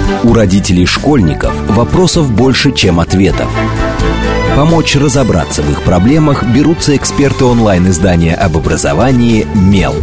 У родителей школьников вопросов больше, чем ответов. Помочь разобраться в их проблемах берутся эксперты онлайн-издания об образовании «Мел».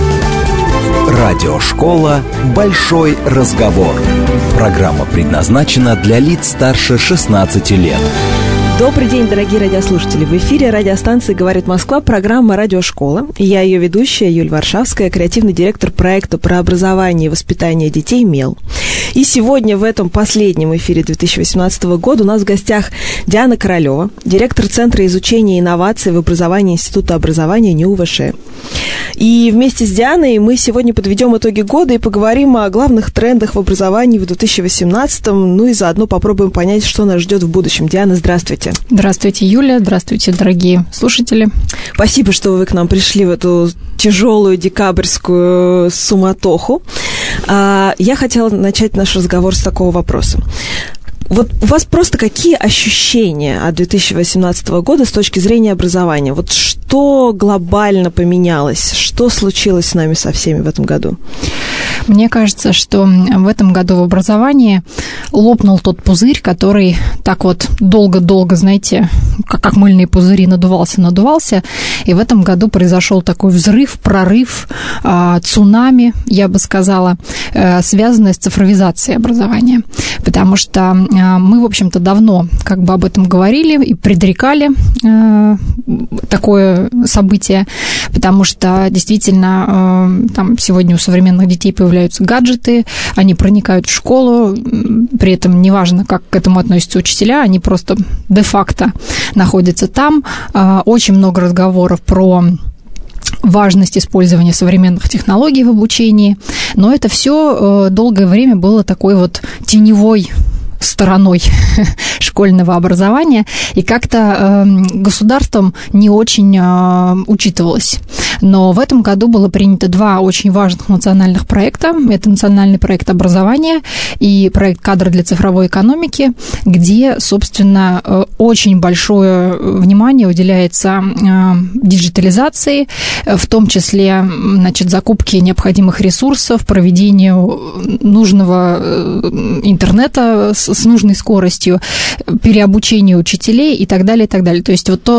Радиошкола «Большой разговор». Программа предназначена для лиц старше 16 лет. Добрый день, дорогие радиослушатели. В эфире радиостанции «Говорит Москва», программа «Радиошкола». Я ее ведущая, Юлия Варшавская, креативный директор проекта про образование и воспитание детей «Мел». И сегодня в этом последнем эфире 2018 года у нас в гостях Диана Королева, директор Центра изучения инноваций в образовании Института образования НИУ-ВШ. И вместе с Дианой мы сегодня подведем итоги года и поговорим о главных трендах в образовании в 2018-м, ну и заодно попробуем понять, что нас ждет в будущем. Диана, здравствуйте. Здравствуйте, Юля. Здравствуйте, дорогие слушатели. Спасибо, что вы к нам пришли в эту тяжелую декабрьскую суматоху. Я хотела начать наш разговор с такого вопроса. Вот у вас просто какие ощущения от 2018 года с точки зрения образования? Вот что глобально поменялось? Что случилось с нами со всеми в этом году? Мне кажется, что в этом году в образовании лопнул тот пузырь, который так вот долго-долго, знаете, как мыльные пузыри надувался. И в этом году произошел такой взрыв, прорыв, цунами, я бы сказала, связанное с цифровизацией образования. Потому что мы, в общем-то, давно как бы об этом говорили и предрекали такое событие, потому что действительно там сегодня у современных детей появляются гаджеты, они проникают в школу, при этом неважно, как к этому относятся учителя, они просто де-факто находятся там. Очень много разговоров про важность использования современных технологий в обучении, но это все долгое время было такой вот теневой стороной школьного образования, и как-то государством не очень учитывалось. Но в этом году было принято два очень важных национальных проекта. Это национальный проект образования и проект «Кадры для цифровой экономики», где, собственно, очень большое внимание уделяется диджитализации, в том числе, значит, закупке необходимых ресурсов, проведению нужного интернета с нужной скоростью, переобучению учителей и так далее, и так далее. То есть вот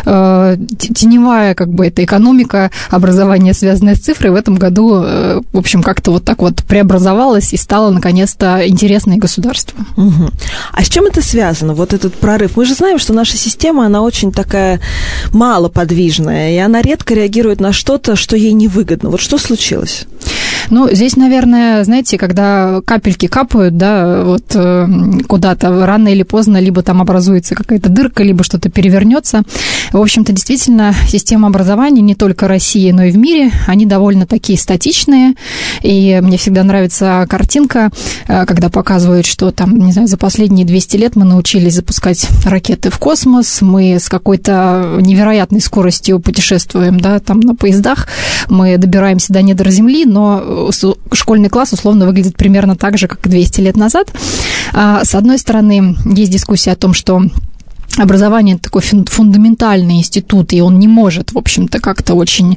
теневая как бы эта экономика образования, связанная с цифрой, в этом году, в общем, как-то вот так вот преобразовалась и стала, наконец-то, интересной государству. Угу. А с чем это связано, вот этот прорыв? Мы же знаем, что наша система, она очень такая малоподвижная, и она редко реагирует на что-то, что ей невыгодно. Вот что случилось? Ну, здесь, наверное, знаете, когда капельки капают, да, вот куда-то, рано или поздно, либо там образуется какая-то дырка, либо что-то перевернется. В общем-то, действительно, система образования не только России, но и в мире, они довольно такие статичные, и мне всегда нравится картинка, когда показывают, что там, не знаю, за последние 200 лет мы научились запускать ракеты в космос, мы с какой-то невероятной скоростью путешествуем, да, там на поездах, мы добираемся до недр Земли, но школьный класс условно выглядит примерно так же, как 200 лет назад. С одной стороны, есть дискуссия о том, что образование – это такой фундаментальный институт, и он не может, в общем-то, как-то очень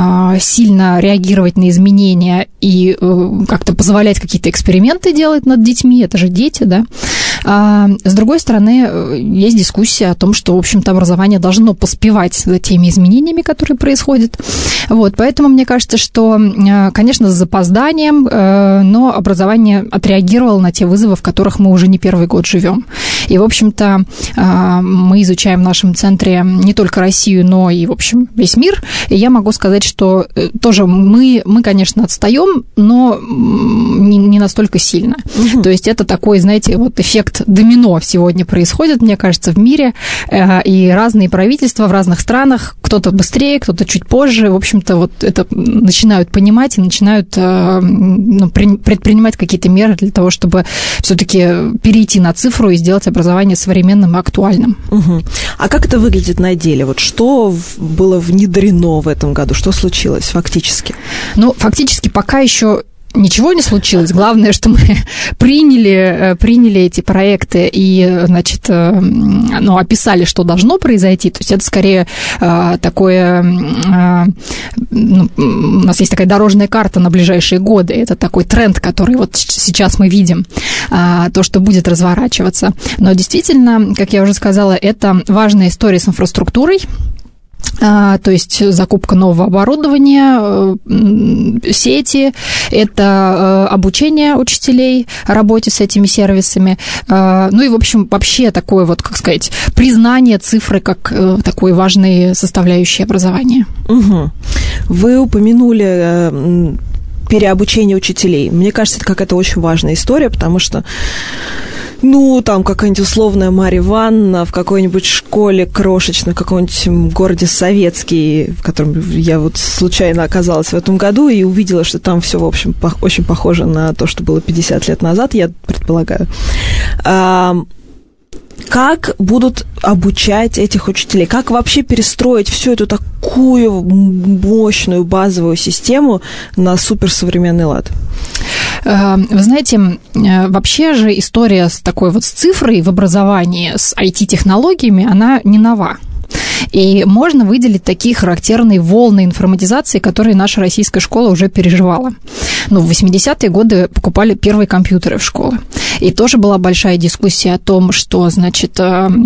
сильно реагировать на изменения и как-то позволять какие-то эксперименты делать над детьми, это же дети, да. С другой стороны, есть дискуссия о том, что, в общем-то, образование должно поспевать за теми изменениями, которые происходят. Вот, поэтому мне кажется, что, конечно, с запозданием, но образование отреагировало на те вызовы, в которых мы уже не первый год живем. И, в общем-то, мы изучаем в нашем центре не только Россию, но и, в общем, весь мир. И я могу сказать, что тоже мы конечно, отстаем, но не настолько сильно. Угу. То есть это такой, знаете, вот эффект домино сегодня происходит, мне кажется, в мире. И разные правительства в разных странах, кто-то быстрее, кто-то чуть позже, в общем-то, вот это начинают понимать и начинают предпринимать какие-то меры для того, чтобы все-таки перейти на цифру и сделать образование современным и актуальным. Угу. А как это выглядит на деле? Вот что было внедрено в этом году? Что случилось фактически? Ну, фактически пока еще ничего не случилось. Главное, что мы приняли эти проекты и, значит, описали, что должно произойти. То есть это скорее такое... у нас есть такая дорожная карта на ближайшие годы. Это такой тренд, который вот сейчас мы видим. то, что будет разворачиваться. Но действительно, как я уже сказала, это важная история с инфраструктурой. То есть закупка нового оборудования, сети, это обучение учителей работе с этими сервисами. Ну и, в общем, вообще такое вот, как сказать, признание цифры как такой важной составляющей образования. Угу. Вы упомянули переобучение учителей. Мне кажется, это какая-то очень важная история, потому что там какая-нибудь условная Марья Ивановна в какой-нибудь школе крошечной, в каком-нибудь городе Советский, в котором я вот случайно оказалась в этом году и увидела, что там все, в общем, очень похоже на то, что было 50 лет назад, я предполагаю. Как будут обучать этих учителей? Как вообще перестроить всю эту такую мощную базовую систему на суперсовременный лад? Вы знаете, вообще же история с такой вот с цифрой в образовании, с IT-технологиями, она не нова. И можно выделить такие характерные волны информатизации, которые наша российская школа уже переживала. В 80-е годы покупали первые компьютеры в школы. И тоже была большая дискуссия о том, что, значит,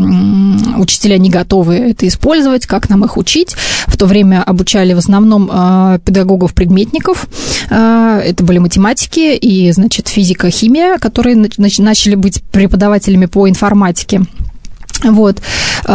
учителя не готовы это использовать, как нам их учить. В то время обучали в основном педагогов-предметников. Это были математики и, значит, физика, химия, которые начали быть преподавателями по информатике. Вот.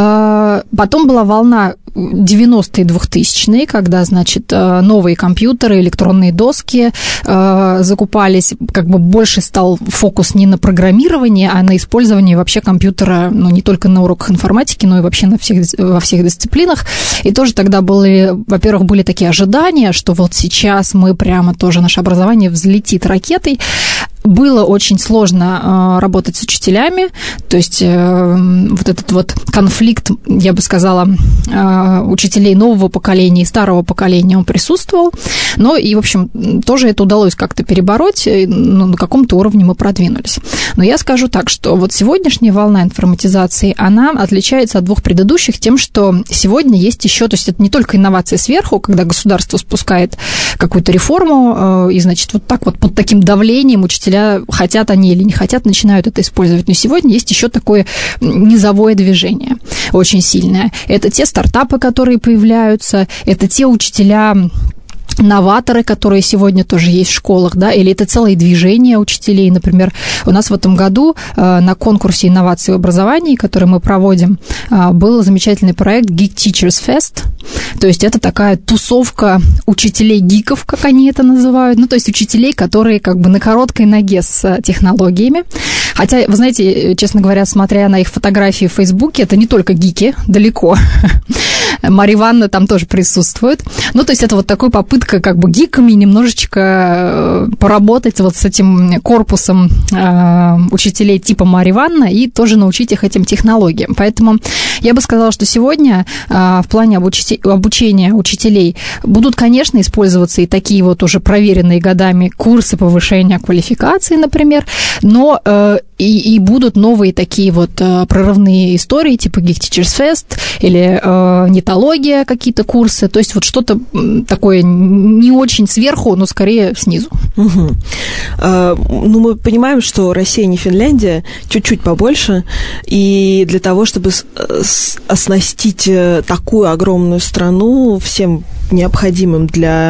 Потом была волна 90-е, 2000-е, когда, значит, новые компьютеры, электронные доски закупались, как бы больше стал фокус не на программировании, а на использовании вообще компьютера, не только на уроках информатики, но и вообще во всех дисциплинах. И тоже тогда во-первых, были такие ожидания, что вот сейчас мы прямо тоже, наше образование взлетит ракетой. Было очень сложно работать с учителями, то есть вот этот вот конфликт, я бы сказала, учителей нового поколения и старого поколения, он присутствовал, но и, в общем, тоже это удалось как-то перебороть, на каком-то уровне мы продвинулись. Но я скажу так, что вот сегодняшняя волна информатизации, она отличается от двух предыдущих тем, что сегодня есть еще, то есть это не только инновация сверху, когда государство спускает какую-то реформу, и, значит, вот так вот под таким давлением учителя, хотят они или не хотят, начинают это использовать. Но сегодня есть еще такое низовое движение, очень сильное. Это те стартапы, которые появляются, это те учителя, новаторы, которые сегодня тоже есть в школах, да, или это целое движение учителей. Например, у нас в этом году на конкурсе инноваций в образовании, который мы проводим, был замечательный проект Geek Teachers Fest. То есть это такая тусовка учителей-гиков, как они это называют, то есть учителей, которые как бы на короткой ноге с технологиями. Хотя, вы знаете, честно говоря, смотря на их фотографии в Фейсбуке, это не только гики, далеко. Марья Ивановна там тоже присутствует. То есть это вот такая попытка как бы гиками немножечко поработать вот с этим корпусом учителей типа Марья Ивановна и тоже научить их этим технологиям. Поэтому я бы сказала, что сегодня в плане обучения учителей будут, конечно, использоваться и такие вот уже проверенные годами курсы повышения квалификации, например, но и будут новые такие вот прорывные истории типа Geek Teachers Fest или нетология, какие-то курсы, то есть вот что-то такое не очень сверху, но скорее снизу. Угу. Мы понимаем, что Россия не Финляндия, чуть-чуть побольше, и для того, чтобы оснастить такую огромную страну всем необходимым для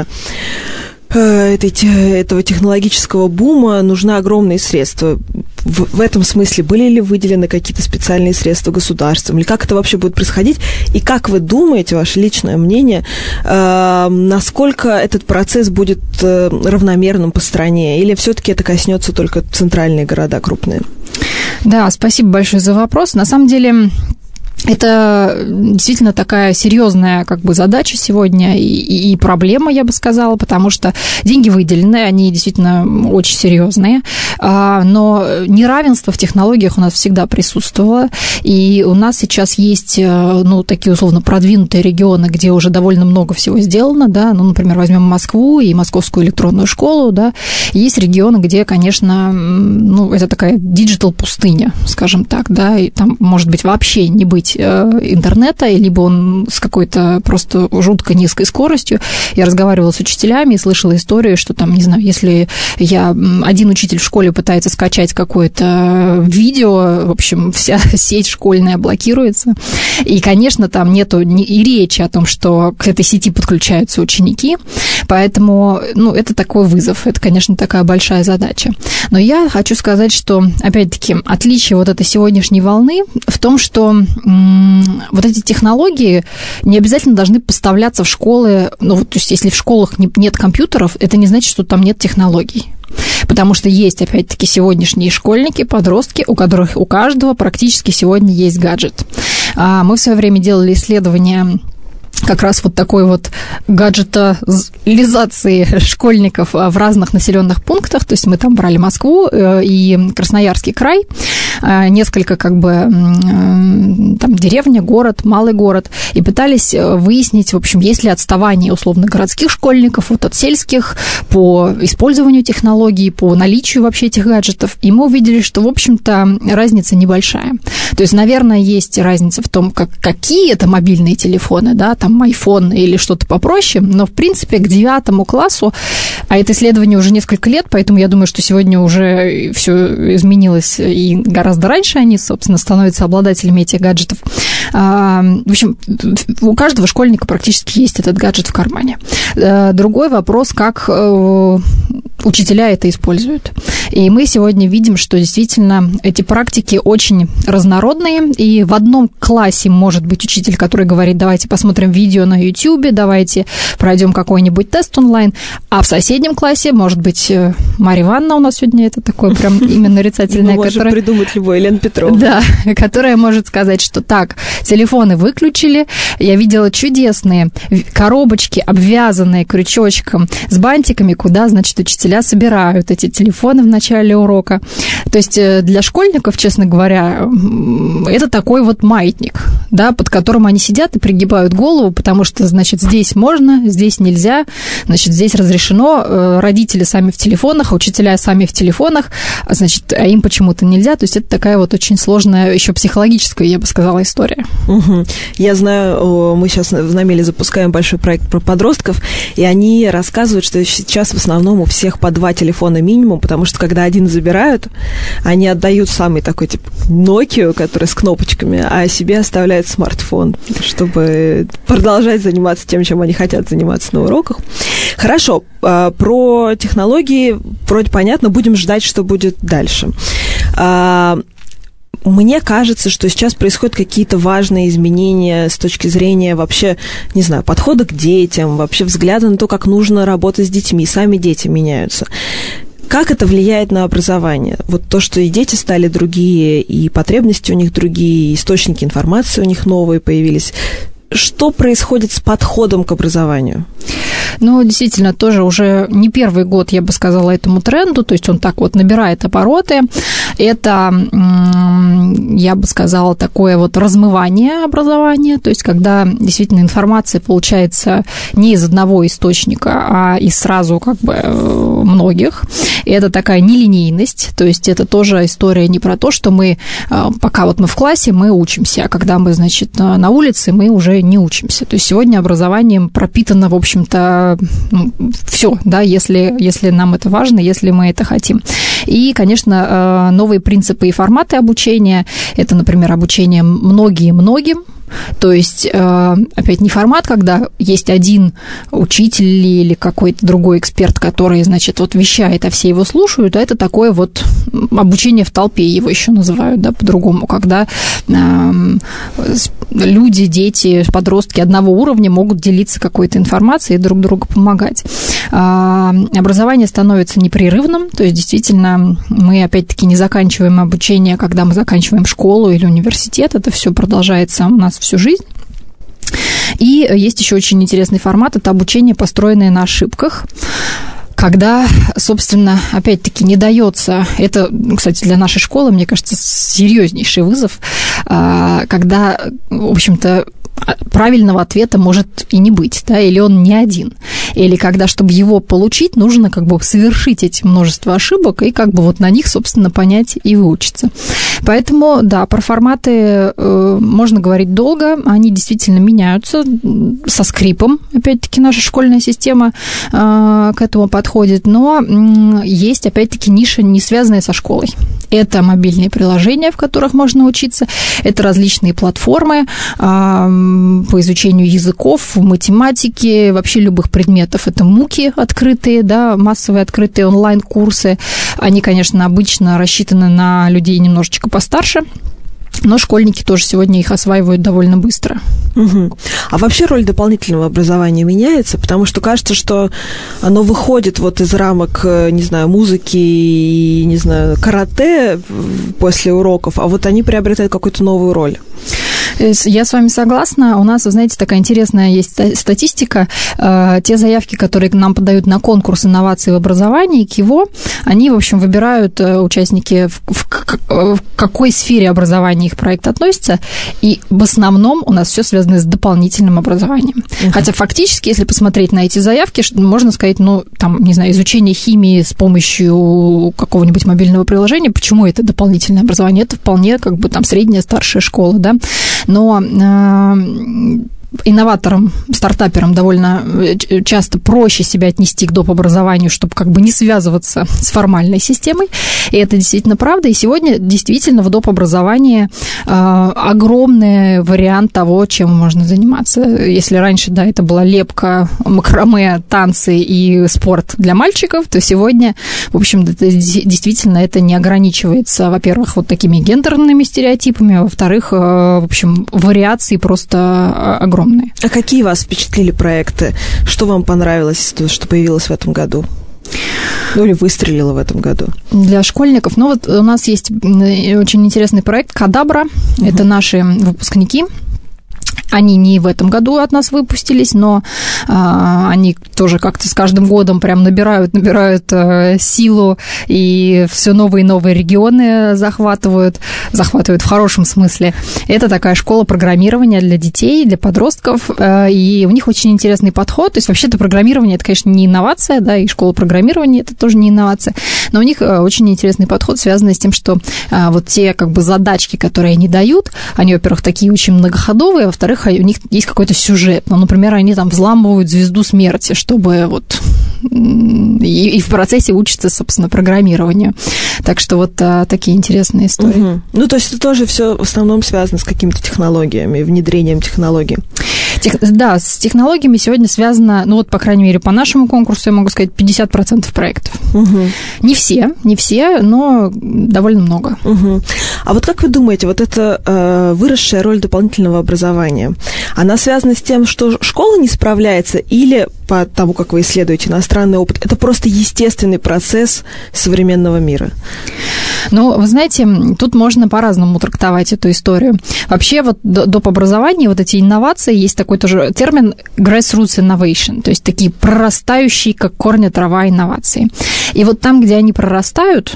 этого технологического бума нужны огромные средства. В этом смысле были ли выделены какие-то специальные средства государством? Или как это вообще будет происходить? И как вы думаете, ваше личное мнение, насколько этот процесс будет равномерным по стране? Или все-таки это коснется только центральные города крупные? Да, спасибо большое за вопрос. На самом деле, это действительно такая серьезная как бы задача сегодня и проблема, я бы сказала, потому что деньги выделены, они действительно очень серьезные, но неравенство в технологиях у нас всегда присутствовало, и у нас сейчас есть, такие условно продвинутые регионы, где уже довольно много всего сделано, да, например, возьмем Москву и Московскую электронную школу, да, есть регионы, где, конечно, это такая диджитал-пустыня, скажем так, да, и там, может быть, вообще не быть интернета, либо он с какой-то просто жутко низкой скоростью. Я разговаривала с учителями и слышала историю, что там, не знаю, если один учитель в школе пытается скачать какое-то видео, в общем, вся сеть школьная блокируется. И, конечно, там нету и речи о том, что к этой сети подключаются ученики. Поэтому, это такой вызов. Это, конечно, такая большая задача. Но я хочу сказать, что, опять-таки, отличие вот этой сегодняшней волны в том, что вот эти технологии не обязательно должны поставляться в школы. То есть, если в школах нет компьютеров, это не значит, что там нет технологий. Потому что есть, опять-таки, сегодняшние школьники, подростки, у которых у каждого практически сегодня есть гаджет. Мы в свое время делали исследование как раз вот такой вот гаджетализации школьников в разных населенных пунктах. То есть мы там брали Москву и Красноярский край, несколько там деревня, город, малый город, и пытались выяснить, в общем, есть ли отставание условно городских школьников от сельских по использованию технологий, по наличию вообще этих гаджетов. И мы увидели, что, в общем-то, разница небольшая. То есть, наверное, есть разница в том, какие это мобильные телефоны, да, там iPhone или что-то попроще, но, в принципе, к 9 классу, а это исследование уже несколько лет, поэтому я думаю, что сегодня уже все изменилось, и гораздо раньше они, собственно, становятся обладателями этих гаджетов. В общем, у каждого школьника практически есть этот гаджет в кармане. Другой вопрос, как учителя это используют. И мы сегодня видим, что действительно эти практики очень разнородные, и в одном классе может быть учитель, который говорит: давайте посмотрим видео на YouTube, давайте пройдем какой-нибудь тест онлайн, а в соседнем классе может быть Марья Ивановна, у нас сегодня это такое прям имя нарицательное. Мы можем придумать любой, Елена Петровна. Да, которая может сказать, что так, телефоны выключили, я видела чудесные коробочки, обвязанные крючочком с бантиками, куда, значит, учителя собирают эти телефоны в начале урока. То есть для школьников, честно говоря, это такой вот маятник, да, под которым они сидят и пригибают голову, потому что, значит, здесь можно, здесь нельзя, значит, здесь разрешено, родители сами в телефонах, учителя сами в телефонах, значит, а им почему-то нельзя. То есть это такая вот очень сложная, еще психологическая, я бы сказала, история. Угу. Я знаю, мы сейчас в Намеле запускаем большой проект про подростков, и они рассказывают, что сейчас в основном у всех по 2 телефона минимум, потому что когда один забирают, они отдают самый такой тип Nokia, который с кнопочками, а себе оставляют смартфон, чтобы продолжать заниматься тем, чем они хотят заниматься на уроках. Хорошо, про технологии вроде понятно, будем ждать, что будет дальше. Мне кажется, что сейчас происходят какие-то важные изменения с точки зрения вообще, не знаю, подхода к детям, вообще взгляда на то, как нужно работать с детьми. Сами дети меняются. Как это влияет на образование? Вот то, что и дети стали другие, и потребности у них другие, и источники информации у них новые появились. Что происходит с подходом к образованию? Действительно, тоже уже не первый год, я бы сказала, этому тренду, то есть он так вот набирает обороты. Это, я бы сказала, такое вот размывание образования, то есть когда действительно информация получается не из одного источника, а из сразу как бы многих. И это такая нелинейность, то есть это тоже история не про то, что мы, пока вот мы в классе, мы учимся, а когда мы, значит, на улице, мы уже не учимся. То есть сегодня образованием пропитано, в общем-то, все, да, если нам это важно, если мы это хотим. И, конечно, новые принципы и форматы обучения, это, например, обучение многим. То есть, опять, не формат, когда есть один учитель или какой-то другой эксперт, который, значит, вот вещает, а все его слушают, а это такое вот обучение в толпе, его еще называют, да, по-другому, когда люди, дети, подростки одного уровня могут делиться какой-то информацией и друг другу помогать. Образование становится непрерывным, то есть, действительно, мы, опять-таки, не заканчиваем обучение, когда мы заканчиваем школу или университет, это все продолжается у нас всю жизнь. И есть еще очень интересный формат, это обучение, построенное на ошибках, когда, собственно, опять-таки не дается, это, кстати, для нашей школы, мне кажется, серьезнейший вызов, когда, в общем-то, правильного ответа может и не быть, да, или он не один. Или когда, чтобы его получить, нужно как бы совершить эти множество ошибок и как бы вот на них, собственно, понять и выучиться. Поэтому, да, про форматы можно говорить долго, они действительно меняются со скрипом, опять-таки, наша школьная система к этому подходит, но есть, опять-таки, ниша, не связанная со школой. Это мобильные приложения, в которых можно учиться, это различные платформы по изучению языков, математики, вообще любых предметов. Это МУКи открытые, да, массовые открытые онлайн-курсы. Они, конечно, обычно рассчитаны на людей немножечко постарше, но школьники тоже сегодня их осваивают довольно быстро. Угу. А вообще роль дополнительного образования меняется? Потому что кажется, что оно выходит вот из рамок, не знаю, музыки и, не знаю, карате после уроков, а вот они приобретают какую-то новую роль. Я с вами согласна. У нас, вы знаете, такая интересная есть статистика. Те заявки, которые нам подают на конкурс инноваций в образовании, КИВО, они, в общем, выбирают участники, в какой сфере образования их проект относится, и в основном у нас все связано с дополнительным образованием. Хотя фактически, если посмотреть на эти заявки, можно сказать, ну, там, не знаю, изучение химии с помощью какого-нибудь мобильного приложения, почему это дополнительное образование? Это вполне как бы там средняя, старшая школа, да? Но инноваторам, стартаперам довольно часто проще себя отнести к доп. Образованию, чтобы как бы не связываться с формальной системой. И это действительно правда. И сегодня действительно в доп. Образовании огромный вариант того, чем можно заниматься. Если раньше, да, это была лепка, макраме, танцы и спорт для мальчиков, то сегодня, в общем, действительно это не ограничивается, во-первых, вот такими гендерными стереотипами, а во-вторых, в общем, вариации просто огромные. А какие вас впечатлили проекты? Что вам понравилось, что появилось в этом году? Ну, или выстрелило в этом году? Для школьников, ну, вот у нас есть очень интересный проект «Кадабра». Это наши выпускники. Они не в этом году от нас выпустились, но они тоже как-то с каждым годом прям набирают силу, и все новые и новые регионы захватывают в хорошем смысле. Это такая школа программирования для детей, для подростков, и у них очень интересный подход. То есть вообще-то программирование – это, конечно, не инновация, да, и школа программирования – это тоже не инновация, но у них очень интересный подход, связанный с тем, что вот те как бы задачки, которые они дают, они, во-первых, такие очень многоходовые, а во-вторых, у них есть какой-то сюжет. Ну, например, они там взламывают звезду смерти, чтобы вот... И в процессе учатся, собственно, программированию. Так что вот такие интересные истории. Угу. Ну, то есть это тоже все в основном связано с какими-то технологиями, внедрением технологий. Да, с технологиями сегодня связано, ну вот, по крайней мере, по нашему конкурсу, я могу сказать, 50% проектов. Угу. Не все, но довольно много. Угу. А вот как вы думаете, вот эта выросшая роль дополнительного образования, она связана с тем, что школа не справляется, или по тому, как вы исследуете иностранный опыт, это просто естественный процесс современного мира? Ну, вы знаете, тут можно по-разному трактовать эту историю. Вообще, вот доп. Образование, вот эти инновации, есть такой тоже термин grassroots innovation, то есть такие прорастающие, как корня трава, инновации. И вот там, где они прорастают,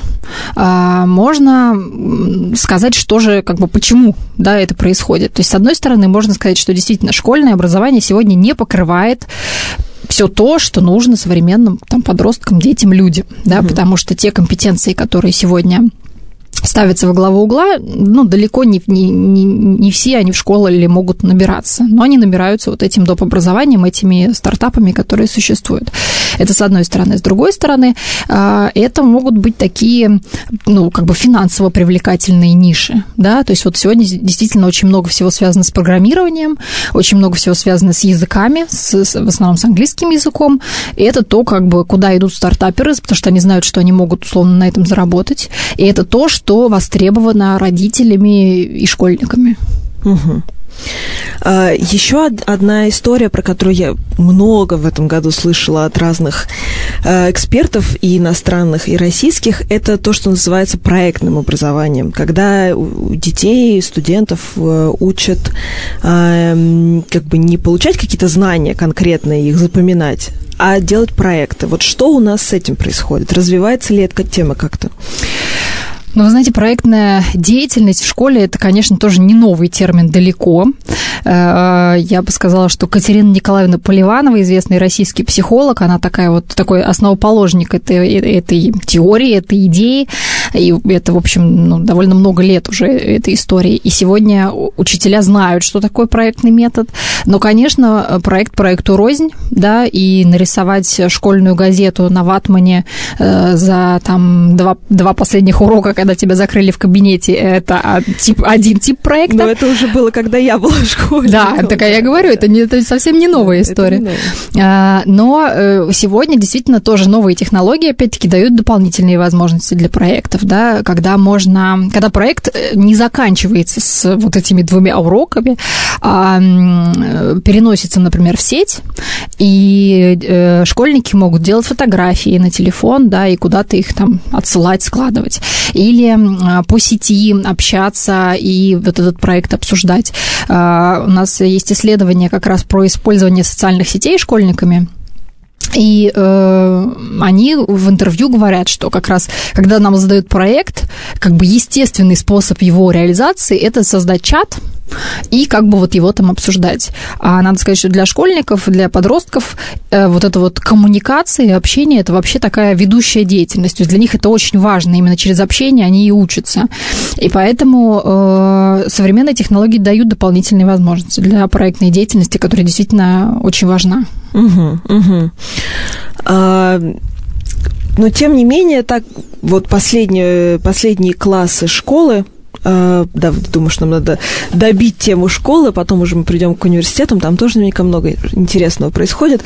можно сказать, что же, как бы, почему, да, это происходит. То есть, с одной стороны, можно сказать, что действительно школьное образование сегодня не покрывает все то, что нужно современным там, подросткам, детям, людям, да, потому что те компетенции, которые сегодня ставятся во главу угла, ну, далеко не все они в школе могут набираться, но они набираются вот этим доп. Образованием, этими стартапами, которые существуют. Это с одной стороны. С другой стороны, это могут быть такие, ну, как бы финансово привлекательные ниши, да, то есть вот сегодня действительно очень много всего связано с программированием, очень много всего связано с языками, в основном с английским языком, и это то, как бы, куда идут стартаперы, потому что они знают, что они могут условно на этом заработать, и это то, что востребовано родителями и школьниками. Угу. Еще одна история, про которую я много в этом году слышала от разных экспертов, и иностранных, и российских, это то, что называется проектным образованием, когда детей, студентов учат как бы не получать какие-то знания конкретные, их запоминать, а делать проекты. Вот что у нас с этим происходит? Развивается ли эта тема как-то? Ну, вы знаете, проектная деятельность в школе – это, конечно, тоже не новый термин далеко. Я бы сказала, что Катерина Николаевна Поливанова, известный российский психолог, она такой основоположник этой теории, этой идеи. И это, в общем, довольно много лет уже этой истории. И сегодня учителя знают, что такое проектный метод. Но, конечно, проект проекту рознь, да, и нарисовать школьную газету на ватмане за два последних урока, когда тебя закрыли в кабинете, это один тип проекта. Но это уже было, когда я была в школе. Да, так я говорю, это совсем не новая история. Но сегодня действительно тоже новые технологии, опять-таки, дают дополнительные возможности для проектов, да, когда проект не заканчивается с вот этими 2 уроками, а переносится, например, в сеть, и школьники могут делать фотографии на телефон, да, и куда-то их там отсылать, складывать. Или по сети общаться и вот этот проект обсуждать. У нас есть исследования как раз про использование социальных сетей школьниками. И они в интервью говорят, что как раз, когда нам задают проект, как бы естественный способ его реализации – это создать чат и как бы вот его там обсуждать. А надо сказать, что для школьников, для подростков вот эта вот коммуникация и общение – это вообще такая ведущая деятельность. То есть для них это очень важно. Именно через общение они и учатся. И поэтому современные технологии дают дополнительные возможности для проектной деятельности, которая действительно очень важна. Но, тем не менее, так вот последние классы школы, думаю, что нам надо добить тему школы, потом уже мы придем к университетам, там тоже наверняка много интересного происходит.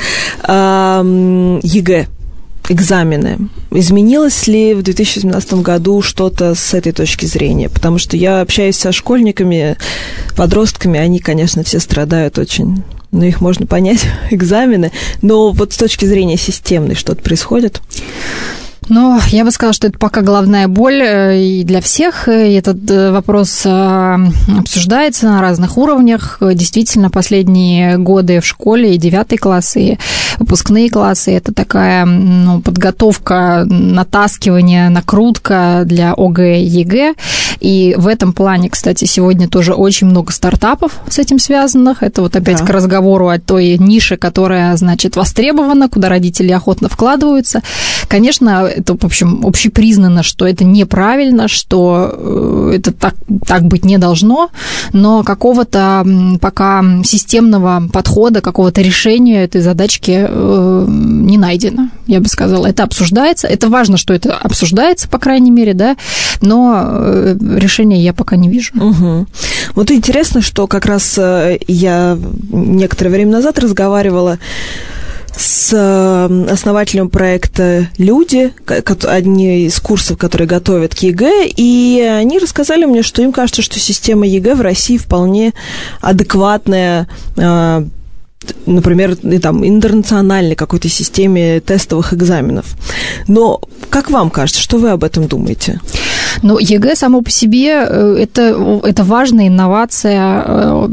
ЕГЭ, экзамены. Изменилось ли в 2017 году что-то с этой точки зрения? Потому что я общаюсь со школьниками, подростками, они, конечно, все страдают очень. Но их можно понять, экзамены. Но вот с точки зрения системной что-то происходит? Ну, я бы сказала, что это пока головная боль и для всех. И этот вопрос обсуждается на разных уровнях. Действительно, последние годы в школе и 9 классы, и выпускные классы – это такая подготовка, натаскивание, накрутка для ОГЭ и ЕГЭ. И в этом плане, кстати, сегодня тоже очень много стартапов с этим связанных. Это вот опять к разговору о той нише, которая, значит, востребована, куда родители охотно вкладываются. Конечно, это, в общем, общепризнано, что это неправильно, что это так быть не должно, но какого-то пока системного подхода, какого-то решения этой задачки не найдено, я бы сказала. Это обсуждается, это важно, что это обсуждается, по крайней мере, да, но решения я пока не вижу. Угу. Вот интересно, что как раз я некоторое время назад разговаривала с основателем проекта «Люди», одни из курсов, которые готовят к ЕГЭ, и они рассказали мне, что им кажется, что система ЕГЭ в России вполне адекватная, например, там, интернациональной какой-то системе тестовых экзаменов. Но как вам кажется, что вы об этом думаете? Ну, ЕГЭ само по себе это важная инновация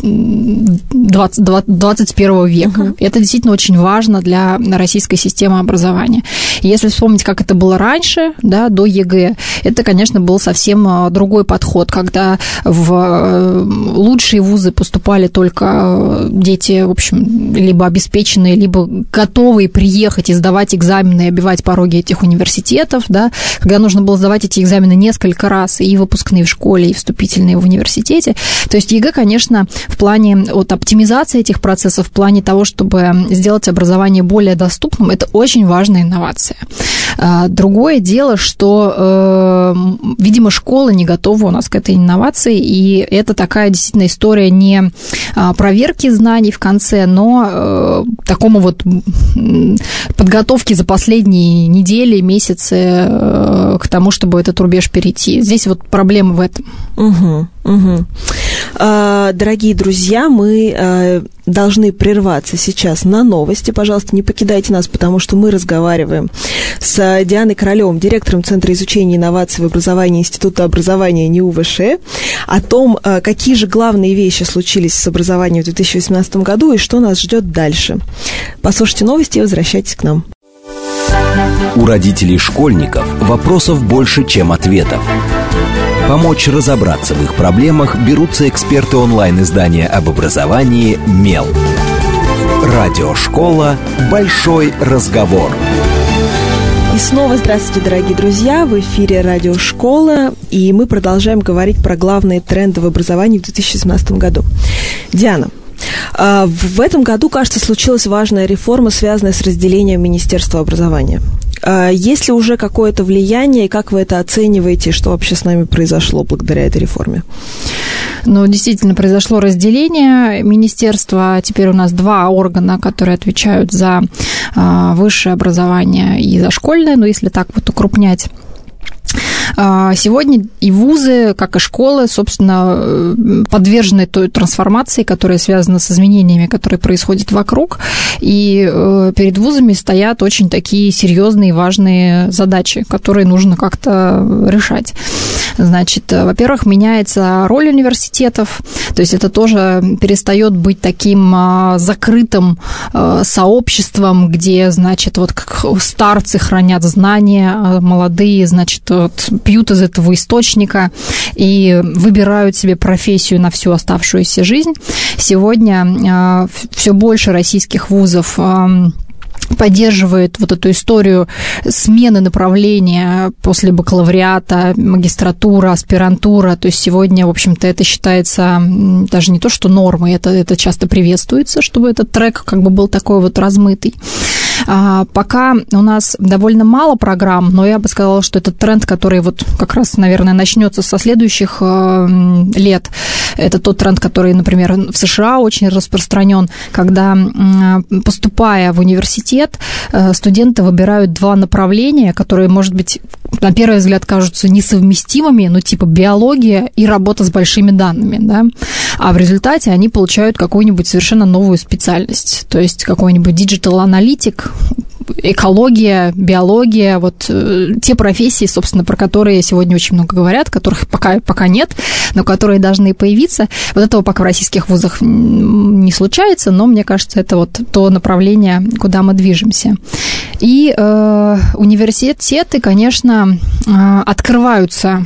21 века. Это действительно очень важно для российской системы образования. И если вспомнить, как это было раньше, да, до ЕГЭ, это, конечно, был совсем другой подход, когда в лучшие вузы поступали только дети, в общем, либо обеспеченные, либо готовые приехать и сдавать экзамены и оббивать пороги этих университетов, да, когда нужно было сдавать эти экзамены несколько раз, и выпускные в школе, и вступительные в университете. То есть ЕГЭ, конечно, в плане оптимизации этих процессов, в плане того, чтобы сделать образование более доступным, это очень важная инновация. Другое дело, что, видимо, школа не готова у нас к этой инновации, и это такая действительно история не проверки знаний в конце, но такому вот подготовки за последние недели, месяцы к тому, чтобы этот рубеж перейти. Здесь вот проблема в этом. Дорогие друзья, мы должны прерваться сейчас на новости. Пожалуйста, не покидайте нас, потому что мы разговариваем с Дианой Королёвым, директором Центра изучения инноваций в образовании Института образования НИУ ВШ, о том, какие же главные вещи случились с образованием в 2018 году и что нас ждет дальше. Послушайте новости и возвращайтесь к нам. У родителей школьников вопросов больше, чем ответов. Помочь разобраться в их проблемах берутся эксперты онлайн-издания об образовании «Мел». Радиошкола «Большой разговор». И снова здравствуйте, дорогие друзья! В эфире Радиошкола, и мы продолжаем говорить про главные тренды в образовании в 2017 году. Диана, в этом году, кажется, случилась важная реформа, связанная с разделением Министерства образования. Есть ли уже какое-то влияние, и как вы это оцениваете, что вообще с нами произошло благодаря этой реформе? Ну, действительно, произошло разделение министерства. Теперь у нас два органа, которые отвечают за высшее образование и за школьное, но если так вот укрупнять. Сегодня и вузы, как и школы, собственно, подвержены той трансформации, которая связана с изменениями, которые происходят вокруг, и перед вузами стоят очень такие серьезные и важные задачи, которые нужно как-то решать. Значит, во-первых, меняется роль университетов, то есть это тоже перестает быть таким закрытым сообществом, где, значит, вот как старцы хранят знания, молодые, значит, вот, пьют из этого источника и выбирают себе профессию на всю оставшуюся жизнь. Сегодня все больше российских вузов поддерживает вот эту историю смены направления после бакалавриата, магистратура, аспирантура. То есть сегодня, в общем-то, это считается даже не то, что нормой, это часто приветствуется, чтобы этот трек как бы был такой вот размытый. Пока у нас довольно мало программ, но я бы сказала, что этот тренд, который вот как раз, наверное, начнется со следующих лет, это тот тренд, который, например, в США очень распространен, когда, поступая в университет, студенты выбирают два направления, которые, может быть, на первый взгляд кажутся несовместимыми, но типа биология и работа с большими данными, да, а в результате они получают какую-нибудь совершенно новую специальность, то есть какой-нибудь диджитал-аналитик, экология, биология, вот те профессии, собственно, про которые сегодня очень много говорят, которых пока нет, но которые должны появиться. Вот этого пока в российских вузах не случается, но мне кажется, это вот то направление, куда мы движемся. И университеты, конечно, открываются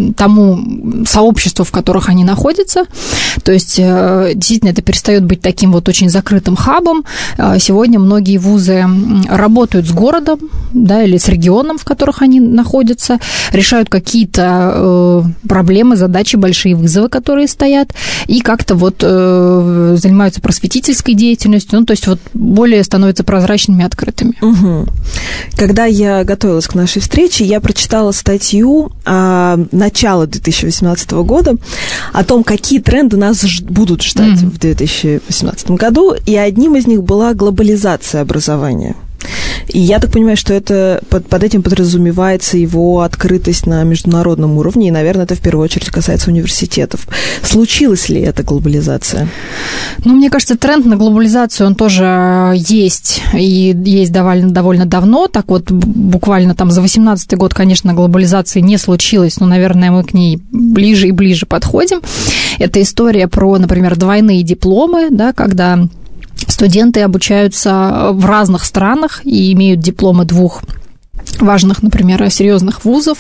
тому сообществу, в которых они находятся. То есть, действительно, это перестает быть таким вот очень закрытым хабом. Сегодня многие вузы работают с городом, да, или с регионом, в которых они находятся, решают какие-то проблемы, задачи, большие вызовы, которые стоят, и как-то вот занимаются просветительской деятельностью, ну, то есть вот более становятся прозрачными и открытыми. Угу. Когда я готовилась к нашей встрече, я прочитала статью начала 2018 года о том, какие тренды нас будут ждать в 2018 году, и одним из них была глобализация образования. И я так понимаю, что это под этим подразумевается его открытость на международном уровне, и, наверное, это в первую очередь касается университетов. Случилась ли эта глобализация? Ну, мне кажется, тренд на глобализацию, он тоже есть, и есть довольно давно. Так вот, буквально там за 2018 год, конечно, глобализации не случилось, но, наверное, мы к ней ближе и ближе подходим. Это история про, например, двойные дипломы, да, когда студенты обучаются в разных странах и имеют дипломы двух важных, например, серьезных вузов.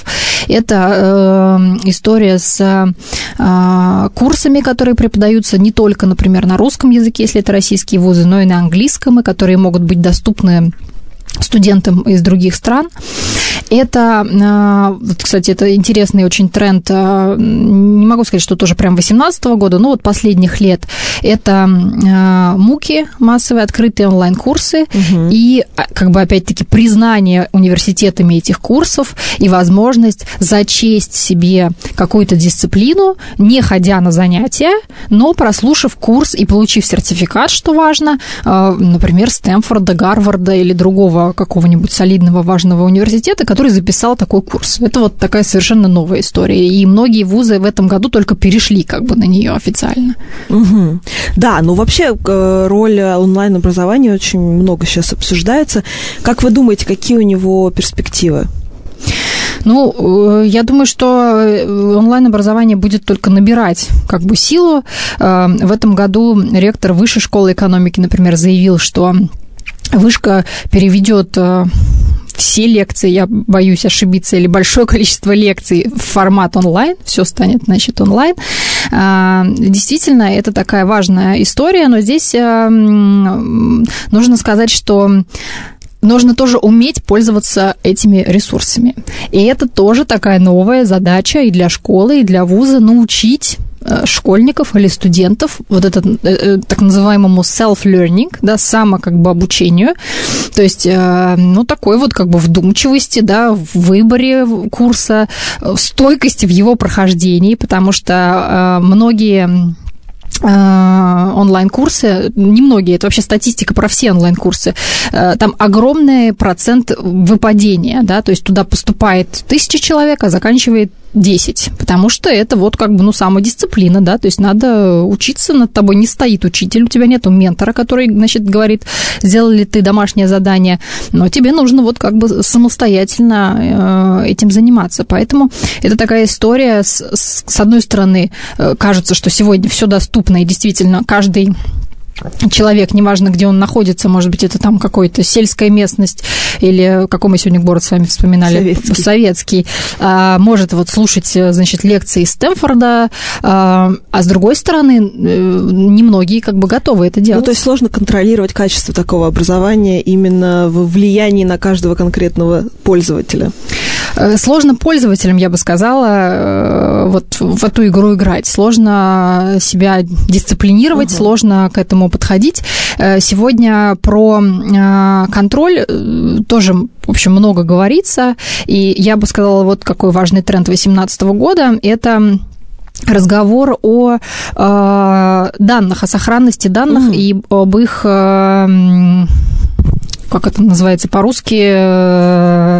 Это история с курсами, которые преподаются не только, например, на русском языке, если это российские вузы, но и на английском, и которые могут быть доступны студентам из других стран. Это, кстати, это интересный очень тренд, не могу сказать, что тоже прям 2018 года, но вот последних лет. Это МУКи, массовые открытые онлайн-курсы, и, как бы, опять-таки, признание университетами этих курсов и возможность зачесть себе какую-то дисциплину, не ходя на занятия, но прослушав курс и получив сертификат, что важно, например, Стэнфорда, Гарварда или другого какого-нибудь солидного важного университета, который записал такой курс. Это вот такая совершенно новая история. И многие вузы в этом году только перешли как бы на нее официально. Угу. Да, но вообще роль онлайн-образования очень много сейчас обсуждается. Как вы думаете, какие у него перспективы? Ну, я думаю, что онлайн-образование будет только набирать как бы силу. В этом году ректор Высшей школы экономики, например, заявил, что Вышка переведет все лекции, я боюсь ошибиться, или большое количество лекций в формат онлайн, все станет, значит, онлайн. Действительно, это такая важная история, но здесь нужно сказать, что нужно тоже уметь пользоваться этими ресурсами. И это тоже такая новая задача и для школы, и для вуза научить школьников или студентов вот это так называемому self-learning, да, обучению, то есть, такой вот вдумчивости, да, в выборе курса, стойкости в его прохождении, потому что многие онлайн-курсы, немногие, это вообще статистика про все онлайн-курсы, там огромный процент выпадения, да, то есть туда поступает 1000 человек, а заканчивает 10, потому что это самодисциплина, да, то есть надо учиться, над тобой не стоит учитель, у тебя нету ментора, который, говорит, сделал ли ты домашнее задание, но тебе нужно самостоятельно этим заниматься, поэтому это такая история, с одной стороны, кажется, что сегодня все доступно, и действительно каждый человек, неважно, где он находится, может быть, это там какая-то сельская местность или какой мы сегодня город с вами вспоминали? Советский. Может слушать, лекции из Стэнфорда, а с другой стороны, немногие готовы это делать. То есть сложно контролировать качество такого образования именно в влиянии на каждого конкретного пользователя. Сложно пользователям, я бы сказала, в эту игру играть. Сложно себя дисциплинировать, сложно к этому подходить. Сегодня про контроль тоже, в общем, много говорится. И я бы сказала, какой важный тренд 2018 года – это разговор о данных, о сохранности данных и об их, как это называется по-русски,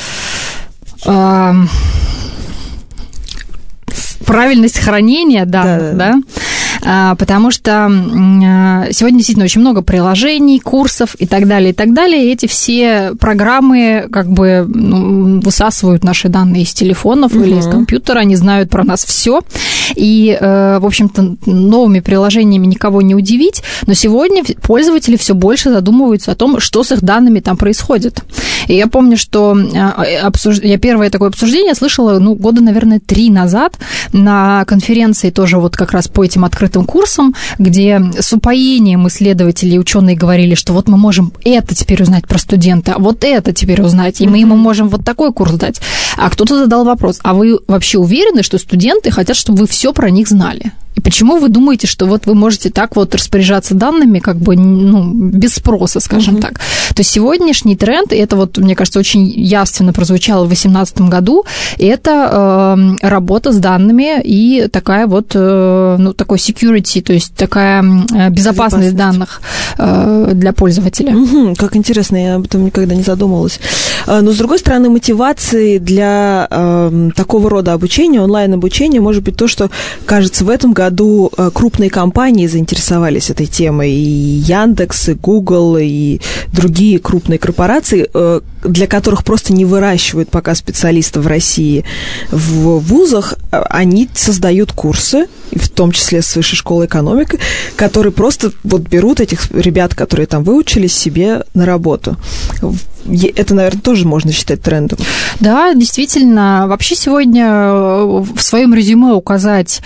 правильность хранения данных, да? Потому что сегодня действительно очень много приложений, курсов и так далее, и так далее. И эти все программы высасывают наши данные из телефонов или из компьютера, они знают про нас все. И, в общем-то, новыми приложениями никого не удивить, но сегодня пользователи все больше задумываются о том, что с их данными там происходит. И я помню, что я первое такое обсуждение слышала, года, наверное, 3 назад на конференции тоже как раз по этим открытым курсам, где с упоением исследователи и ученые говорили, что мы можем это теперь узнать про студента, а это теперь узнать, и мы ему можем такой курс дать. А кто-то задал вопрос, а вы вообще уверены, что студенты хотят, чтобы вы все про них знали? И почему вы думаете, что вы можете так распоряжаться данными, без спроса, скажем так? То есть сегодняшний тренд, и это мне кажется, очень явственно прозвучало в 2018 году, это работа с данными и такая такой security, то есть такая безопасность данных для пользователя. Как интересно, я об этом никогда не задумывалась. Но, с другой стороны, мотивацией для такого рода обучения, онлайн-обучения, может быть то, что, кажется, в этом году крупные компании заинтересовались этой темой, и Яндекс, и Google, и другие крупные корпорации, для которых просто не выращивают пока специалистов в России в вузах, они создают курсы, в том числе с Высшей школы экономики, которые просто берут этих ребят, которые там выучились, себе на работу. Это, наверное, тоже можно считать трендом. Да, действительно. Вообще сегодня в своем резюме указать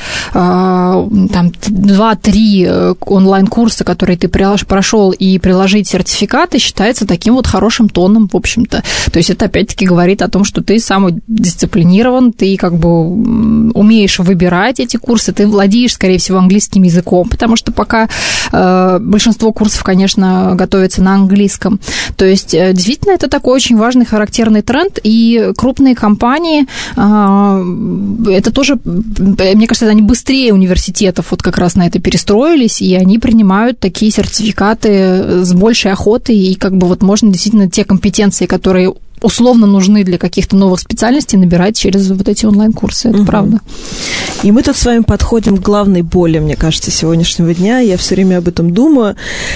2-3 онлайн-курса, которые ты прошел, и приложить сертификаты, считается таким хорошим тоном, в общем-то. То есть это, опять-таки, говорит о том, что ты самодисциплинирован, ты умеешь выбирать эти курсы, ты владеешь, скорее всего, английским языком, потому что пока большинство курсов, конечно, готовятся на английском. То есть, действительно, это такой очень важный, характерный тренд, и крупные компании, это тоже, мне кажется, они быстрее университетов как раз на это перестроились, и они принимают такие сертификаты с большей охотой, и можно действительно те компетенции, которые условно нужны для каких-то новых специальностей, набирать через эти онлайн-курсы. Это правда. И мы тут с вами подходим к главной боли, мне кажется, сегодняшнего дня. Я все время об этом думаю.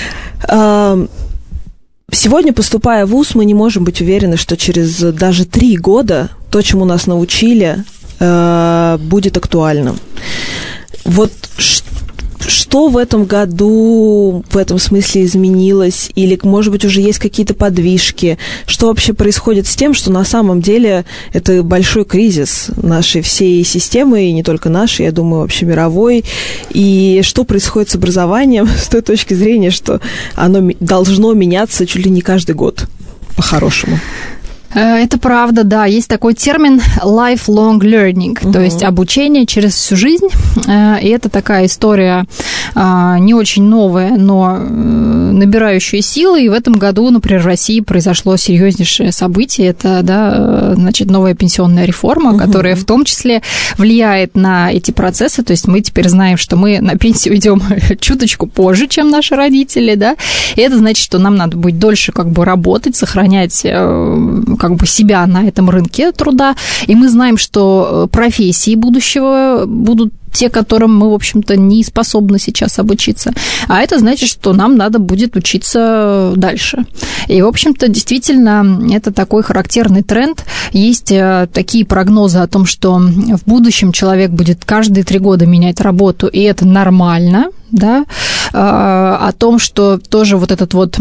Сегодня, поступая в вуз, мы не можем быть уверены, что через даже 3 года то, чему нас научили, будет актуальным. Что в этом году в этом смысле изменилось? Или, может быть, уже есть какие-то подвижки? Что вообще происходит с тем, что на самом деле это большой кризис нашей всей системы, и не только нашей, я думаю, вообще мировой? И что происходит с образованием с той точки зрения, что оно должно меняться чуть ли не каждый год по-хорошему? Это правда, да. Есть такой термин lifelong learning, то есть обучение через всю жизнь. И это такая история не очень новая, но набирающая силы. И в этом году, например, в России произошло серьезнейшее событие. Это, да, значит, новая пенсионная реформа, которая в том числе влияет на эти процессы. То есть мы теперь знаем, что мы на пенсию идем чуточку позже, чем наши родители, да. И это значит, что нам надо будет дольше как бы работать, сохранять как бы себя на этом рынке труда, и мы знаем, что профессии будущего будут те, которым мы, в общем-то, не способны сейчас обучиться. А это значит, что нам надо будет учиться дальше. И, в общем-то, действительно, это такой характерный тренд. Есть такие прогнозы о том, что в будущем человек будет каждые 3 года менять работу, и это нормально, да, о том, что тоже вот этот вот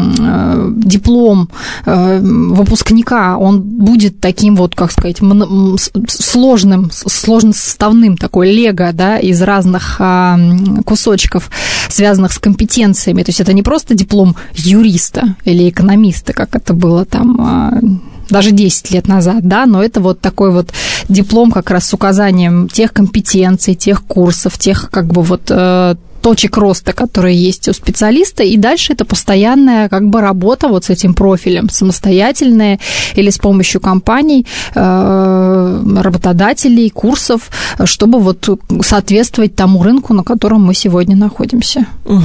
диплом выпускника, он будет таким вот, как сказать, сложно составным, такой лего, да, из разных кусочков, связанных с компетенциями. То есть это не просто диплом юриста или экономиста, как это было там даже 10 лет назад, да, но это вот такой вот диплом как раз с указанием тех компетенций, тех курсов, тех как бы вот точек роста, которые есть у специалиста, и дальше это постоянная как бы работа вот с этим профилем, самостоятельная или с помощью компаний, работодателей, курсов, чтобы вот соответствовать тому рынку, на котором мы сегодня находимся.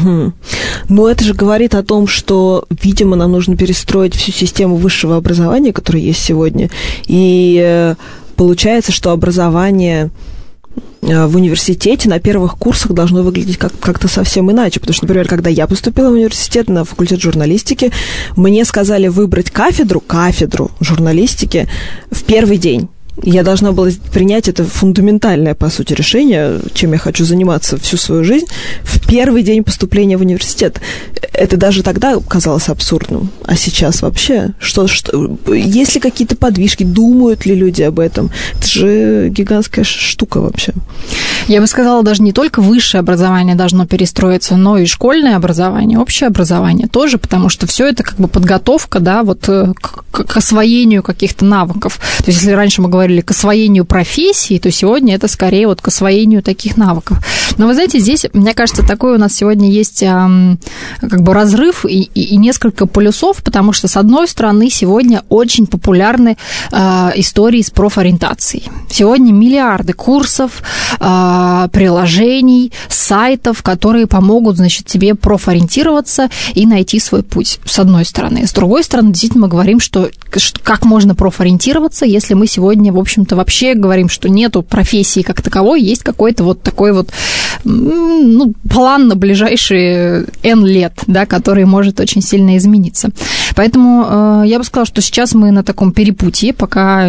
Но это же говорит о том, что, видимо, нам нужно перестроить всю систему высшего образования, которая есть сегодня, и получается, что образование в университете на первых курсах должно выглядеть как-то совсем иначе. Потому что, например, когда я поступила в университет на факультет журналистики, мне сказали выбрать кафедру журналистики в первый день. Я должна была принять это фундаментальное, по сути, решение, чем я хочу заниматься всю свою жизнь, в первый день поступления в университет. Это даже тогда казалось абсурдным. А сейчас вообще? Есть ли какие-то подвижки? Думают ли люди об этом? Это же гигантская штука вообще. Я бы сказала, даже не только высшее образование должно перестроиться, но и школьное образование, общее образование тоже, потому что все это как бы подготовка, да, вот к освоению каких-то навыков. То есть, если раньше мы говорили к освоению профессии, то сегодня это скорее вот к освоению таких навыков. Но вы знаете, здесь, мне кажется, такой у нас сегодня есть как бы разрыв и несколько полюсов, потому что, с одной стороны, сегодня очень популярны истории с профориентацией. Сегодня миллиарды курсов, приложений, сайтов, которые помогут, значит, тебе профориентироваться и найти свой путь, с одной стороны. С другой стороны, действительно, мы говорим, что как можно профориентироваться, если мы сегодня, в общем-то, вообще говорим, что нету профессии как таковой, есть какой-то вот такой вот план на ближайшие N лет, да, который может очень сильно измениться. Поэтому я бы сказала, что сейчас мы на таком перепутье, пока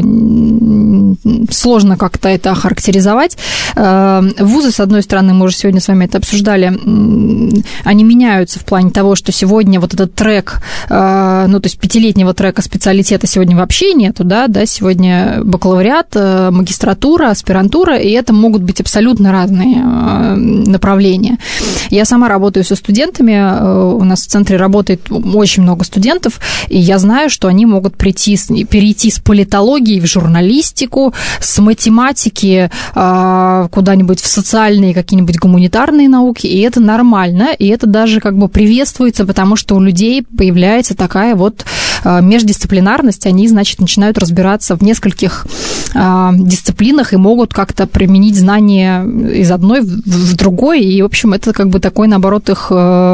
сложно как-то это охарактеризовать. Вузы, с одной стороны, мы уже сегодня с вами это обсуждали, они меняются в плане того, что сегодня вот этот трек, то есть 5-летнего трека специалитета сегодня вообще нету, да, сегодня бакалавриат, магистратура, аспирантура, и это могут быть абсолютно разные направления. Я сама работаю со студентами, у нас в центре работает очень много студентов, и я знаю, что они могут перейти с политологии в журналистику, с математики куда-нибудь в социальные какие-нибудь гуманитарные науки, и это нормально, и это даже как бы приветствуется, потому что у людей появляется такая вот междисциплинарность, они, значит, начинают разбираться в нескольких дисциплинах и могут как-то применить знания из одной в другой, и, в общем, это как бы такой, наоборот, их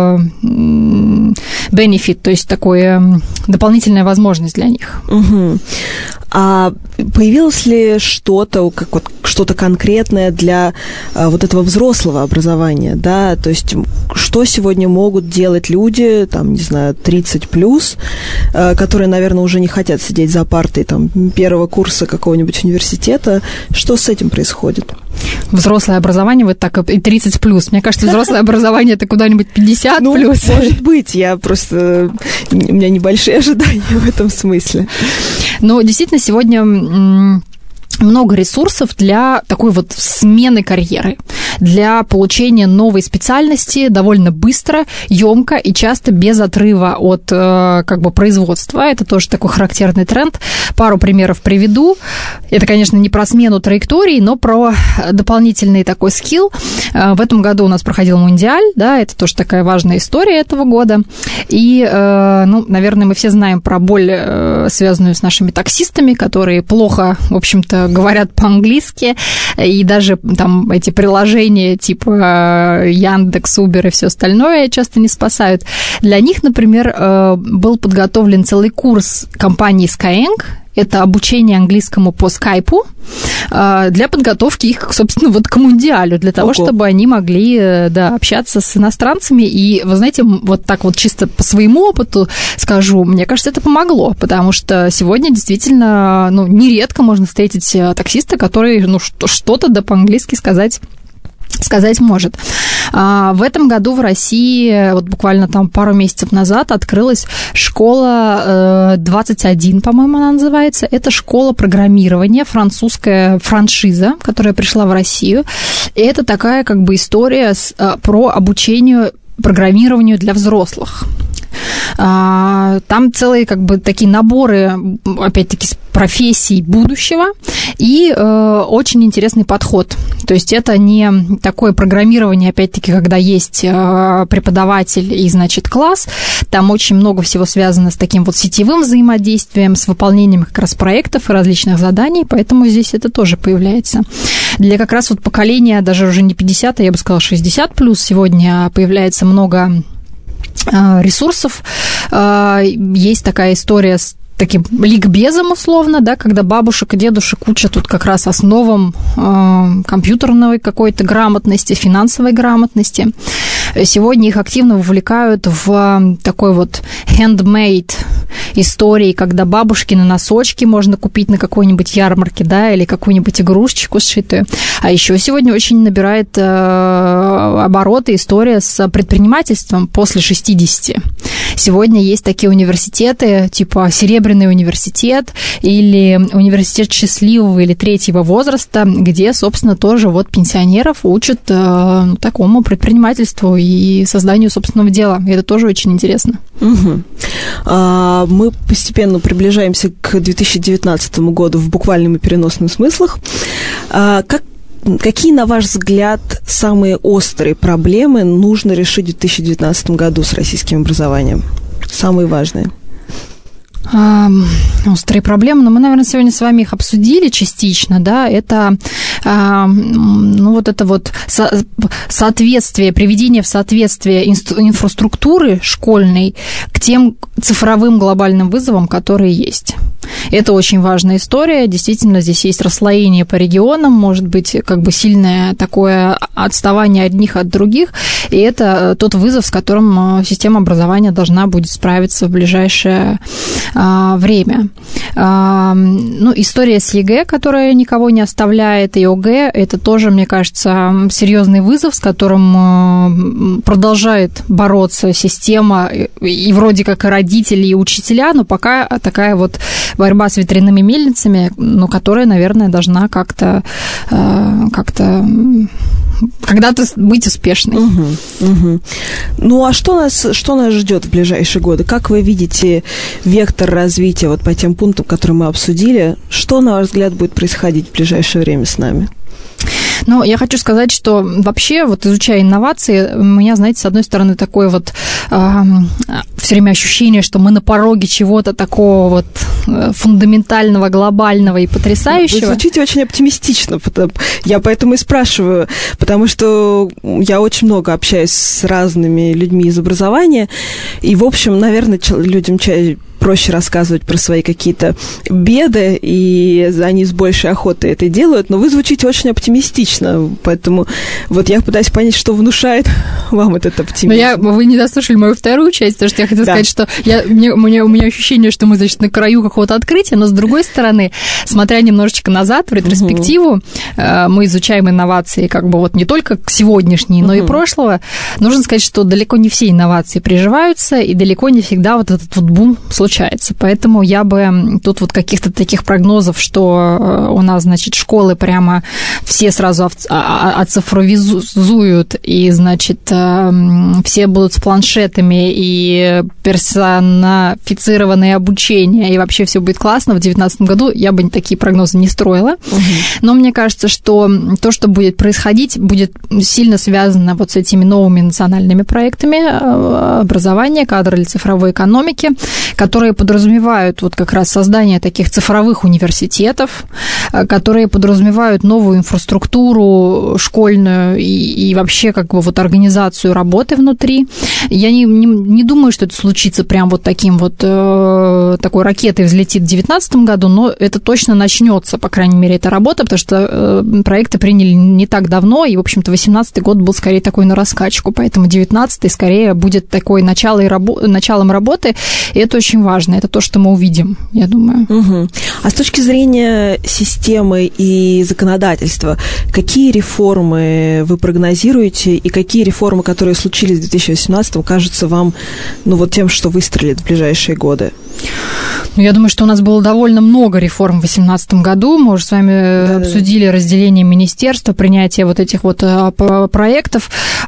benefit, то есть такая дополнительная возможность для них. А появилось ли что-то конкретное для вот этого взрослого образования, да, то есть что сегодня могут делать люди, там, не знаю, 30+, которые, наверное, уже не хотят сидеть за партой там, первого курса какого-нибудь университета. Что с этим происходит? Взрослое образование, вот так и 30+. Мне кажется, взрослое образование это куда-нибудь 50+. Ну, может быть, у меня небольшие ожидания в этом смысле. Но действительно, сегодня много ресурсов для такой вот смены карьеры, для получения новой специальности довольно быстро, ёмко и часто без отрыва от производства. Это тоже такой характерный тренд. Пару примеров приведу. Это, конечно, не про смену траекторий, но про дополнительный такой скилл. В этом году у нас проходил Мундиаль, да, это тоже такая важная история этого года. И, наверное, мы все знаем про боль, связанную с нашими таксистами, которые плохо, в общем-то, говорят по-английски, и даже там эти приложения типа Яндекс, Убер и все остальное часто не спасают. Для них, например, был подготовлен целый курс компании Skyeng. Это обучение английскому по скайпу для подготовки их, собственно, вот к Мундиалю, для того, чтобы они могли, общаться с иностранцами. И, вы знаете, вот так вот чисто по своему опыту скажу, мне кажется, это помогло, потому что сегодня действительно, нередко можно встретить таксиста, который, что-то по-английски сказать может. В этом году в России, вот буквально там пару месяцев назад, открылась школа 21, по-моему, она называется. Это школа программирования, французская франшиза, которая пришла в Россию. И это такая история про обучение программированию для взрослых. Там целые такие наборы, опять-таки, профессий будущего и очень интересный подход. То есть это не такое программирование, опять-таки, когда есть преподаватель и, класс. Там очень много всего связано с таким вот сетевым взаимодействием, с выполнением как раз проектов и различных заданий, поэтому здесь это тоже появляется. Для как раз вот поколения, даже уже не 50, а я бы сказала 60+, сегодня появляется много ресурсов. Есть такая история с таким ликбезом, условно, да, когда бабушек и дедушек учат тут как раз основам компьютерной какой-то грамотности, финансовой грамотности. Сегодня их активно вовлекают в такой вот handmade истории, когда бабушкины носочки можно купить на какой-нибудь ярмарке, да, или какую-нибудь игрушечку сшитую. А еще сегодня очень набирает обороты история с предпринимательством после 60. Сегодня есть такие университеты, типа Серебряный университет или университет счастливого или третьего возраста, где, собственно, тоже вот пенсионеров учат такому предпринимательству и созданию собственного дела. И это тоже очень интересно. Угу. Мы постепенно приближаемся к 2019 году в буквальном и переносном смыслах. Какие, на ваш взгляд, самые острые проблемы нужно решить в 2019 году с российским образованием? Самые важные? Острые проблемы, но мы, наверное, сегодня с вами их обсудили частично, да, это соответствие, приведение в соответствие инфраструктуры школьной к тем цифровым глобальным вызовам, которые есть. Это очень важная история. Действительно, здесь есть расслоение по регионам, может быть, сильное такое отставание одних от других, и это тот вызов, с которым система образования должна будет справиться в ближайшее время. История с ЕГЭ, которая никого не оставляет, и ОГЭ, это тоже, мне кажется, серьезный вызов, с которым продолжает бороться система, и вроде как и родители, и учителя, но пока такая вот борьба с ветряными мельницами, которая, наверное, должна как-то когда-то быть успешной. А что нас ждет в ближайшие годы? Как вы видите вектор развития вот по тем пунктам, которые мы обсудили? Что, на ваш взгляд, будет происходить в ближайшее время с нами? Я хочу сказать, что вообще, вот изучая инновации, у меня, знаете, с одной стороны, такое вот все время ощущение, что мы на пороге чего-то такого вот фундаментального, глобального и потрясающего. Вы звучите очень оптимистично, я поэтому и спрашиваю, потому что я очень много общаюсь с разными людьми из образования, и, в общем, наверное, людям проще рассказывать про свои какие-то беды, и они с большей охотой это делают, но вы звучите очень оптимистично, поэтому вот я пытаюсь понять, что внушает вам этот оптимизм. Вы не дослушали мою вторую часть, потому что я хотела сказать, что у меня ощущение, что мы, значит, на краю какого-то открытия, но с другой стороны, смотря немножечко назад, в ретроспективу, мы изучаем инновации как бы вот не только сегодняшние, но и прошлого. Нужно сказать, что далеко не все инновации приживаются, и далеко не всегда вот этот вот бум случается. Поэтому я бы тут вот каких-то таких прогнозов, что у нас, значит, школы прямо все сразу оцифровизуют, и, значит, все будут с планшетами, и персонифицированное обучение, и вообще все будет классно в 2019 году, я бы такие прогнозы не строила. Но мне кажется, что то, что будет происходить, будет сильно связано вот с этими новыми национальными проектами образования, кадры для цифровой экономики, которые подразумевают вот как раз создание таких цифровых университетов, которые подразумевают новую инфраструктуру школьную и вообще как бы вот организацию работы внутри. Я не думаю, что это случится прям вот таким вот такой ракетой взлетит в 2019 году, но это точно начнется, по крайней мере, эта работа, потому что проекты приняли не так давно, и, в общем-то, 2018 год был скорее такой на раскачку, поэтому 2019 скорее будет такой началом работы, и это очень важно, это то, что мы увидим, я думаю. А с точки зрения системы и законодательства, какие реформы вы прогнозируете, и какие реформы, которые случились в 2018, кажутся вам, ну, вот тем, что выстрелит в ближайшие годы? Я думаю, что у нас было довольно много реформ в 2018 году. Мы уже с вами обсудили разделение министерства, принятие вот этих вот проектов.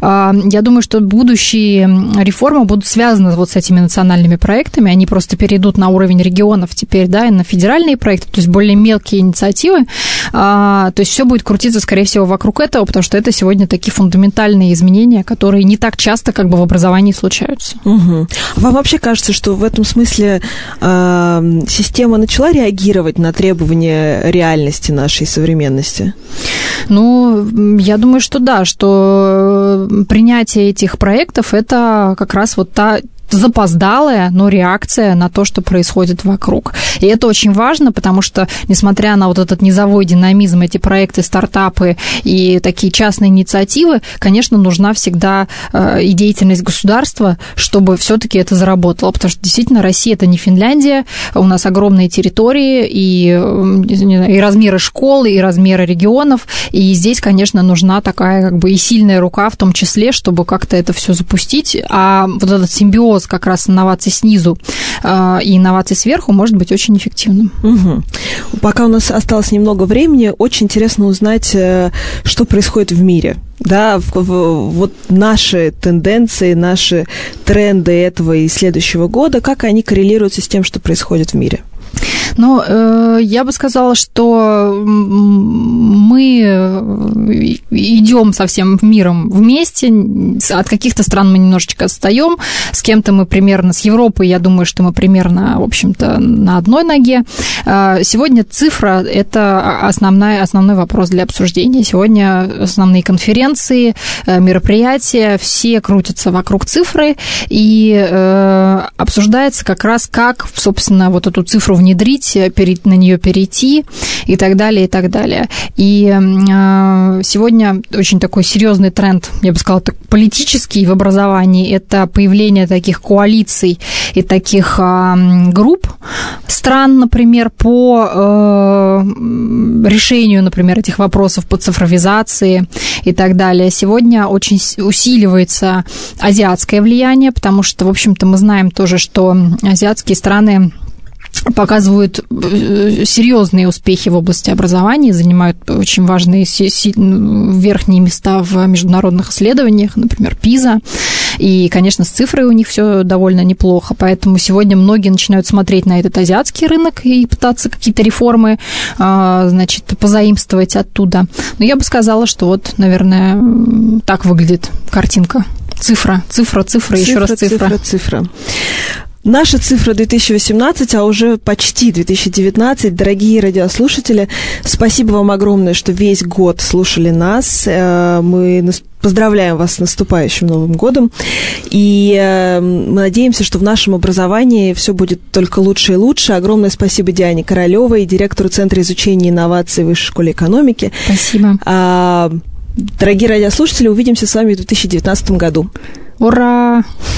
Я думаю, что будущие реформы будут связаны вот с этими национальными проектами. Они просто перейдут на уровень регионов теперь, да, и на федеральные проекты, то есть более мелкие инициативы. То есть все будет крутиться, скорее всего, вокруг этого, потому что это сегодня такие фундаментальные изменения, которые не так часто как бы в образовании случаются. Вам вообще кажется, что в этом смысле система начала реагировать на требования реальности нашей современности? Ну, я думаю, что да, что принятие этих проектов – это как раз вот та запоздалая, но реакция на то, что происходит вокруг. И это очень важно, потому что, несмотря на вот этот низовой динамизм, эти проекты, стартапы и такие частные инициативы, конечно, нужна всегда и деятельность государства, чтобы все-таки это заработало, потому что действительно Россия – это не Финляндия, у нас огромные территории и размеры школ, и размеры регионов, и здесь, конечно, нужна такая как бы и сильная рука в том числе, чтобы как-то это все запустить, а вот этот симбиоз как раз инноваций снизу и инноваций сверху может быть очень эффективным. Пока у нас осталось немного времени, очень интересно узнать, что происходит в мире. Да, вот наши тенденции, наши тренды этого и следующего года, как они коррелируются с тем, что происходит в мире? Ну, я бы сказала, что мы идем со всем миром вместе, от каких-то стран мы немножечко отстаем, с кем-то мы примерно, с Европой, я думаю, что мы примерно, в общем-то, на одной ноге. Сегодня цифра – это основной вопрос для обсуждения. Сегодня основные конференции, мероприятия, все крутятся вокруг цифры, и обсуждается как раз, как, собственно, вот эту цифру внедрить, на нее перейти и так далее, и так далее. И сегодня очень такой серьезный тренд, я бы сказала, политический в образовании, это появление таких коалиций и таких групп стран, например, по решению, например, этих вопросов по цифровизации и так далее. Сегодня очень усиливается азиатское влияние, потому что, в общем-то, мы знаем тоже, что азиатские страны показывают серьезные успехи в области образования, занимают очень важные верхние места в международных исследованиях, например, ПИЗа. И, конечно, с цифрой у них все довольно неплохо. Поэтому сегодня многие начинают смотреть на этот азиатский рынок и пытаться какие-то реформы, значит, позаимствовать оттуда. Но я бы сказала, что вот, наверное, так выглядит картинка. Цифра, еще раз цифра. Наша цифра 2018, а уже почти 2019. Дорогие радиослушатели, спасибо вам огромное, что весь год слушали нас. Мы поздравляем вас с наступающим Новым годом. И мы надеемся, что в нашем образовании все будет только лучше и лучше. Огромное спасибо Диане Королевой, директору Центра изучения инноваций в Высшей школе экономики. Спасибо. Дорогие радиослушатели, увидимся с вами в 2019 году. Ура!